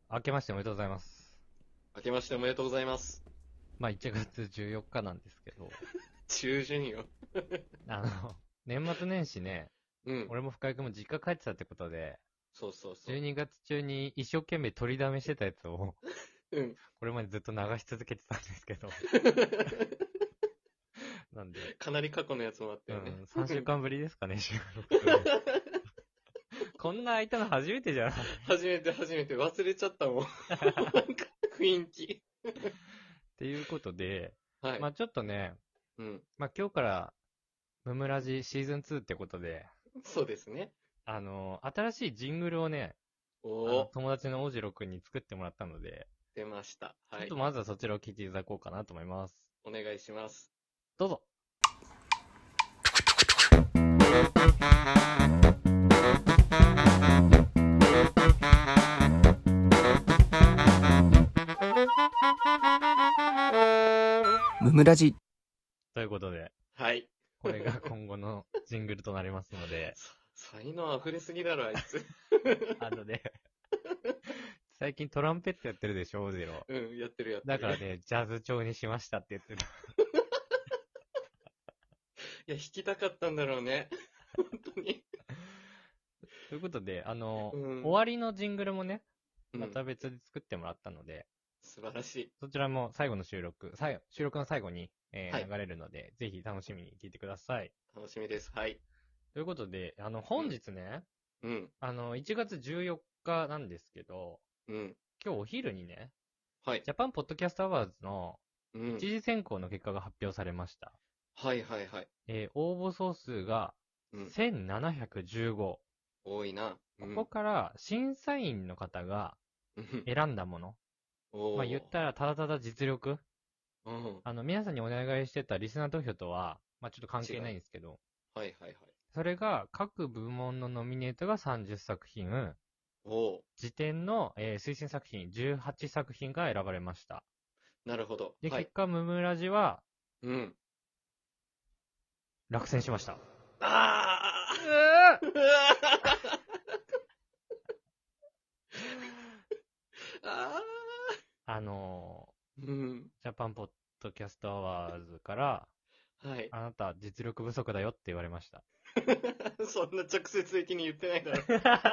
明けましておめでとうございます。 明けましておめでとうございます。 まあ、1月14日なんですけど、 中旬よ。 あの、年末年始ね、 うん。 俺も深井君も実家帰ってたってことで、 そうそうそ 12月中に一生懸命取りだめしてたやつを、 う。うん。 これまでずっと流し続けてたんですけど、なんで、 かなり過去のやつもあったよね。 3週間ぶりですかね、収録するの。こんな空いたの初めてじゃない？ 初めて忘れちゃったもん。なんか雰囲気。 っていうことで、 はい。 まあちょっとね、 うん。 まあ今日からムムラジシーズン2ってことで、 そうですね。 新しいジングルをね、 おー、 友達の大次郎くんに作ってもらったので、 出ました。 ちょっとはい。 まずはそちらを聞いていただこうかなと思います。 お願いします。 どうぞ。 ムムラジ。 ということで、 はい。 これが今後のジングルとなりますので、 才能溢れすぎだろ、あいつ。 ね、最近トランペットやってるでしょ、大次郎。 うん、やってるやってる。 だからね、ジャズ調にしましたって言ってた。 いや、弾きたかったんだろうね。本当に。 ということで、 うん。 終わりのジングルもね、 うん。 また別で作ってもらったので、 素晴らしい。 そちらも最後の収録の最後に、 はい。 流れるので、ぜひ楽しみに聞いてください。 楽しみです。はい。 ということで、 うん。 本日ね、 うん。 1月14日なんですけど、 うん。 今日お昼にね、 はい。 ジャパンポッドキャストアワーズのうん。 一次選考の結果が発表されました。 はいはいはい。 応募総数がうん。 1715。 多いな。うここん。 から審査員の方がうん。 選んだもの。まあ言っおたらただただ実力。 ー。うん。 皆さんにお願いしてたリスナー投票とは、まあちょっと関係ないん違う。 ですけど、 はいはいはい。 それが各部門のノミネートが30作品、 おー。 時点の、推薦作品18作品が選ばれました。 なるほど。 で、 はい。 結果、ムムラジはうん。 落選しました。 あうーーうわーああのーうん。 ジャパンポッドキャストアワーズから、 はい。 あなた実力不足だよって言われました。 そんな直接的に言ってないだろ。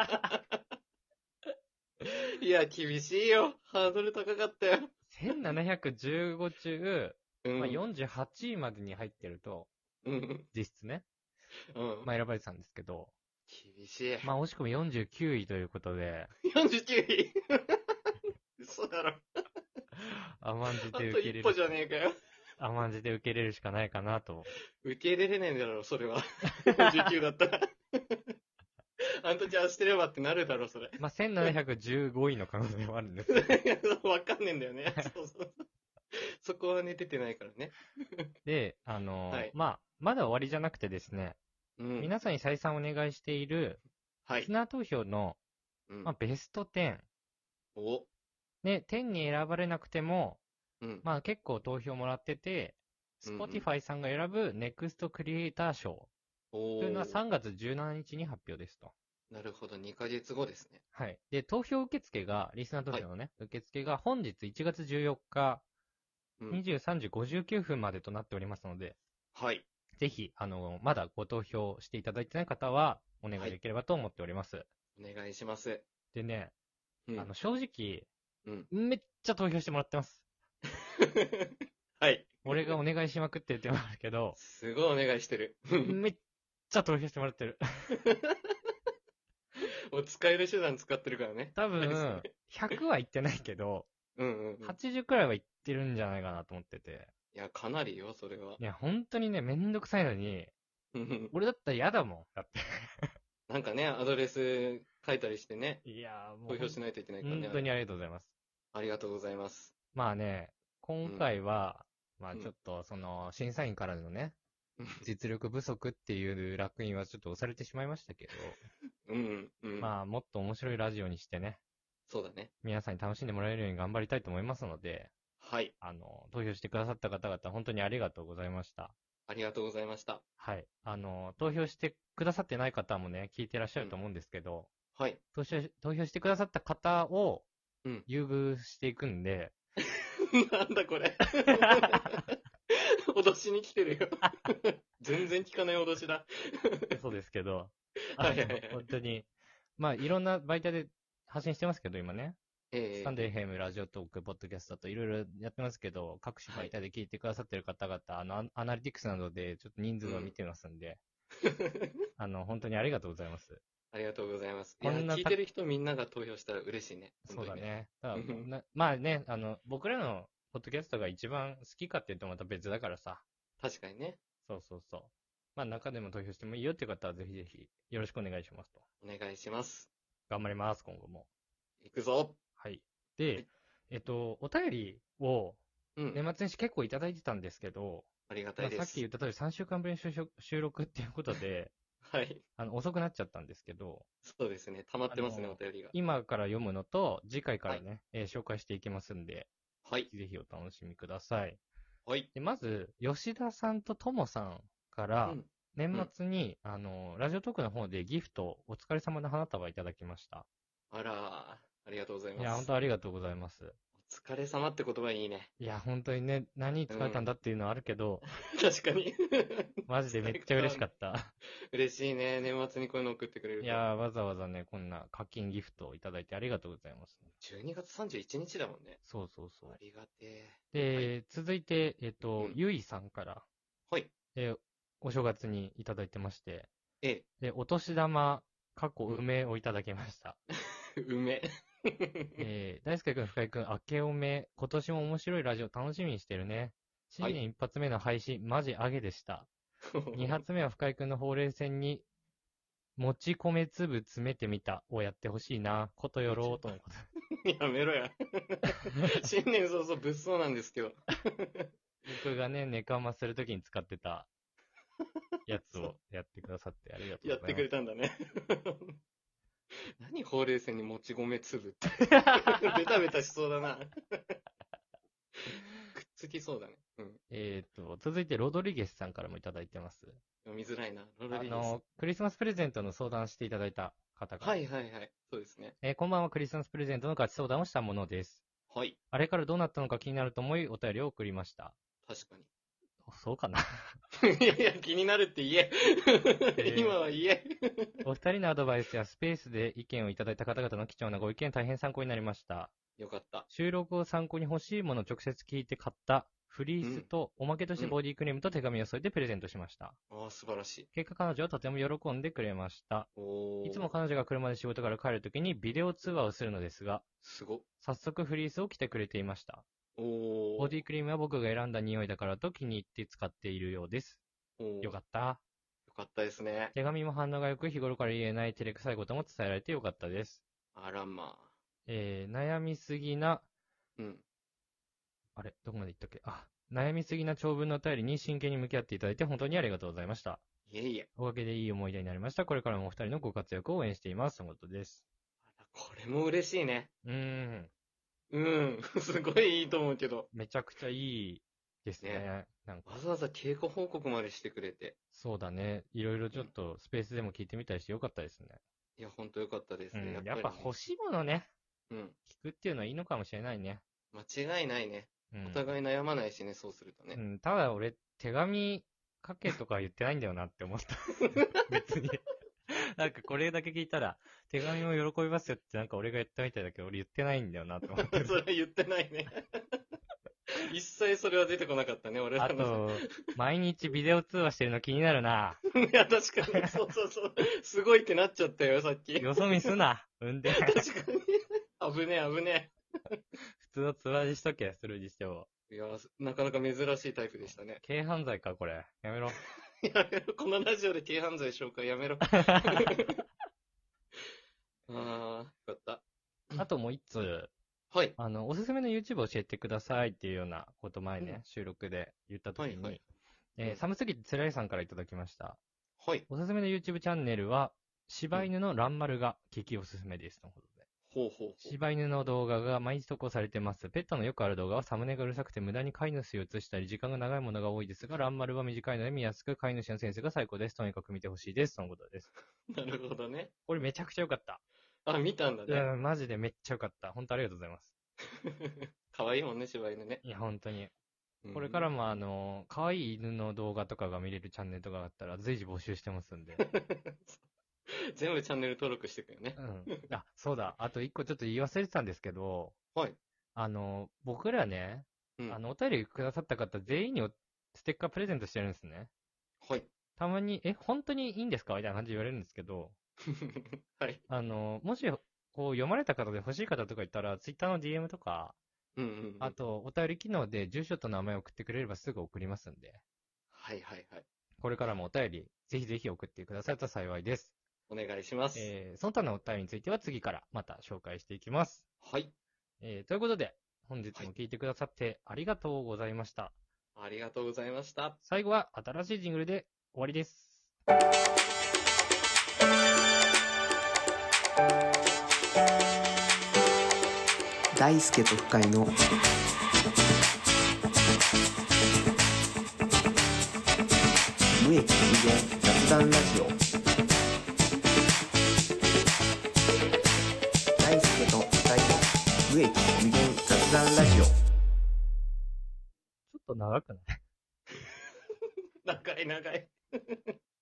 いや、厳しいよ。ハードル高かったよ。 1715中、まあ、 うん。 48位までに入ってると、 うん。 実質ね、 うん。 まあ、選ばれてたんですけど、 厳しい。 まあ、惜しくも49位ということで、 49位。嘘だろ。 甘んじあてと一歩じゃねえかよ。 甘んじて受け入れるしかないかなと。 受け入れれねえんだろ、それは。49だったら。あん時ああしてればってなるだろ、それ。 まあ、1715位の可能性もあるんですけど。 わかんねえんだよね。そうそうそう。そこはね、出てないからね。 で、 はい。 まあ、まだ終わりじゃなくてですね、 うん。 皆さんに再三お願いしている、 はい。 リスナー投票の、 うん。 まあ、ベスト10。 お。 ね、10に選ばれなくても、 うん。 まあ結構投票もらってて、 うんうん。 Spotify さんが選ぶ NEXT クリエイター賞というのはおー。 3月17日にちに発表ですと。 なるほど、2ヶ月後ですね。 はい。で、投票受付が、リスナー投はい。 票のね、受付が本日1月14日、 うん。 23時59分までとなっておりますので、 はい。 ぜひ、まだご投票していただいてない方は、お願はい。 いできればと思っております。 お願いします。 でね、 うん。 正直、 うん。 めっちゃ投票してもらってます。 はい。 俺がお願いしまくってるってのもあるけど、 すごいお願いしてる。 めっちゃ投票してもらってる。 もう使える手段使ってるからね。 多はい、そ分、 れ。 100は言ってないけど、 うんうんうん。 80くらいは言ってるんじゃないかなと思ってて。 いや、かなりよ、それは。 いや、本当にね、めんどくさいのに、 うん俺だったら嫌だもん。だって。 なんかね、アドレス書いたりしてね、 いやー、もう投票しないといけないからね、あれ。 本当にありがとうございます。 ありがとうございます。 まあね、今うん。 回は、まあうん。 ちょっと、審査員からのね、 うん。 実力不足っていう烙印はちょっと押されてしまいましたけど、 うん。うん。 まあもっと面白いラジオにしてね、 そうだね。 皆さんに楽しんでもらえるように頑張りたいと思いますので、 はい。 投票してくださった方々、本当にありがとうございました。 ありがとうございました。 はい。投票してくださってない方もね、聞いてらっしゃうん。 ると思うんですけど、 はい。 投票してくださった方を、 うん優遇していくんで、 なんだこれ。脅しに来てるよ。全然聞かない脅しだ。 そうですけど、 はいはいはい。 本当に、まあ、いろんな媒体で発信してますけど、今ね。スタンドえ FM、ラジオトーク、ポッドキャストといろいろやってますけど、各種はい。 媒体で聞いてくださってる方々、アナリティクスなどでちょっと人数を見うん。 てますんで、本当にありがとうございます。 ありがとうございます。いや、 こんなた、 聞いてる人みんなが投票したら嬉しいね。本当にね。 そうだね。だからうんまあね、僕らのポッドキャストが一番好きかっていうとまた別だからさ。 確かにね。 そうそうそう。まあ中でも投票してもいいよっていう方はぜひぜひよろしくお願いしますと。 お願いします。 頑張ります、今後も。 行くぞ。 はい。 はで、お便りをうん。 年末年始結構いただいてたんですけど、 ありがたまあ、 いです。 さっき言った通り3週間ぶりの収録っていうことで、 はい。 遅くなっちゃったんですけど、 そうですね。溜まってますね、お便りが。 今から読むのと、次回かはい。 らね、紹介していきますんで、 はい。 ぜひお楽しみください。 はい。 で、まず、吉田さんとともさんからうん。う年ん。 末に、ラジオトークの方でギフト、お疲れ様の花束いただきました。 あらー、ありがとうございいや、本ます。 当ありがとうございます。 お疲れ様って言葉いいね。 いや、本当にね、何に使われたんうん。 だっていうのはあるけど、 確かに。 マジでめっちゃ嬉しかった。 嬉しいね。年末にこういうの送ってくれると。 いやー、わざわざね、こんな課金ギフトをいただいてありがとうございます。 12月31日だもんね。 そうそうそありがてう。 え。はい。 で、続いて、 うん。 ゆいさんから、 はい。 お正月にいただいてまして、 え、 で、お年玉、過去うん。 梅をいただきました。 梅。 大輔くん、深井くん、明けおめ、今年も面白いラジオ楽しみにしてるね。 はい。 新年一発目の配信、マジ上げでした。二発目は深井くんのほうれい線に、もち米粒詰めてみたをやってほしいな。ことよろうとのこと。 やめろや。新年早々物騒なんですけど。 僕がね、ネカマするときに使ってたやつそう。 をやってくださってありがとうやってくございます。 れたんだね。何ほうれい線にもち米粒って。ベタベタしそうだな。くっつきそうだね。うん。 続いてロドリゲスさんからもいただいてます。 読みづらいな。ロドリゲス。 クリスマスプレゼントの相談していただいた方から。 はいはいはい。そうですね。 こんばんは、クリスマスプレゼントのガチ相談をしたものです。 はい。 あれからどうなったのか気になると思い、お便りを送りました。 確かに。 そうかな。 いやいや、気になるって言え。今は言え。 お二人のアドバイスやスペースで意見をいただいた方々の貴重なご意見大変参考になりました。 よかった。 収録を参考に欲しいものを直接聞いて買ったフリースうん。 とおまけとしうん。 てボディクリームと手紙を添えてプレゼントしました。 ああ、素晴らしい。 結果彼女はとても喜んでくれました。いつもおー。 彼女が車で仕事から帰るときにビデオ通話をするのですが、 すご。 早速フリースを着てくれていました。ボおー。 ディクリームは僕が選んだ匂いだからと気に入って使っているようです。 おー。よよかった。 かったですね。 手紙も反応が良く日頃から言えない照れくさいことも伝えられてよかったです。 あらまあ。 悩みすぎな、 うん。 どこまで行ったっけ悩みすぎな長文のお便りに真剣に向き合っていただいて本当にありがとうございました。 いえいえ。 おかげでいい思い出になりました。これからもお二人のご活躍を応援しています。とのことです。 これも嬉しいね。うん。すごいいいと思うけど。 めちゃくちゃいいですね。 ね。 なんか。 わざわざ稽古報告までしてくれて。 そうだね。いろいろちうん。 ょっとスペースでも聞いてみたりしてよかったですね。 いや、ほんとよかったですね。やっやっぱりね。 ぱ欲しいものね、 うん。 聞くっていうのはいいのかもしれないね。 間違いないね。 うん。 お互い悩まないしね、そうするとね。 ただ俺、手紙書けとか言ってないんだよなって思った。別に。なんかこれだけ聞いたら、手紙も喜びますよってなんか俺が言ったみたいだけど、俺言ってないんだよなって思ってる。 それは言ってないね。一切それは出てこなかったね、俺らの。 あと、毎日ビデオ通話してるの気になるな。 いや、確かに。そうそうそう。すごいってなっちゃったよ、さっき。 よそ見すな。運転。 確かに。危ねえ、危ね普通の通話にしとけ、するにしても。 え。いや、なかなか珍しいタイプでしたね。 軽犯罪か、これ。やめろ。 やめろ。このラジオで軽犯罪紹介やめろ。あー、よかった。 あともう一つ、 はい。 おすすめの YouTube を教えてくださいっていうようなこと前ね、 うん。 収録で言ったときに、 はいはい。うん。 寒すぎて辛いさんからいただきました。 はい。 おすすめの YouTube チャンネルは、 うん。 柴犬のランマルが激おすすめです。とのことで。 ほうほうほう。 柴犬の動画が毎日投稿されてます。ペットのよくある動画はサムネがうるさくて無駄に飼い主を映したり時間が長いものが多いですが、ランマルは短いので見やすく飼い主のセンスが最高です。とにかく見てほしいです。とのことです。 なるほどね。 これめちゃくちゃ良かった。 あ、見たんだね。 うん、マジでめっちゃよかった。本当ありがとうございます。 可愛いもんね、柴犬ね。 いや、本当に。 うんこれからも可愛い犬の動画とかが見れるチャンネルとかがあったら随時募集してますんで。 全部チャンネル登録してくよねう。ん。あ、そうだ。あと一個ちょっと言い忘れてたんですけど、 はい。 僕らね、 うん。 お便りくださった方全員にステッカープレゼントしてるんですね。 はい。 たまに、本当にいいんですかみたいな感じで言われるんですけど、 はい。 もし、こう読まれた方で欲しい方とかいたら、ツイッターの DM とか、 うんうん、うん。 あと、お便り機能で住所と名前を送ってくれればすぐ送りますんで、 はいはいはい。 これからもお便り、ぜひぜひ送ってくださると幸いです。 お願いします。 その他のお便りについては次からまた紹介していきます。 はい。 ということで、本日も聞いてくださってありがとうございました。 ありがとうございました。 最後は新しいジングルで終わりです。 大輔と深井の無益無限雑談ラジオ。大輔と深井の無益無限雑談ラジオ。 ちょっと長くない？ 長い長い。